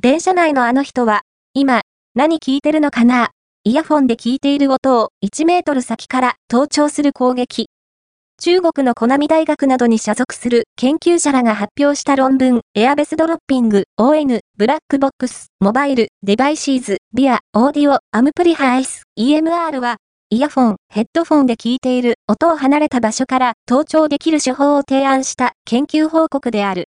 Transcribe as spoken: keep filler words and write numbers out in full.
電車内のあの人は、今、何聞いてるのかな？イヤフォンで聞いている音をいちメートル先から盗聴する攻撃。中国のコナミ大学などに所属する研究者らが発表した論文、エアベスドロッピング、オーエヌ、ブラックボックス、モバイル、デバイシーズ、ビア、オーディオ、アムプリハイス、イーエムアール は、イヤフォン、ヘッドフォンで聞いている音を離れた場所から盗聴できる手法を提案した研究報告である。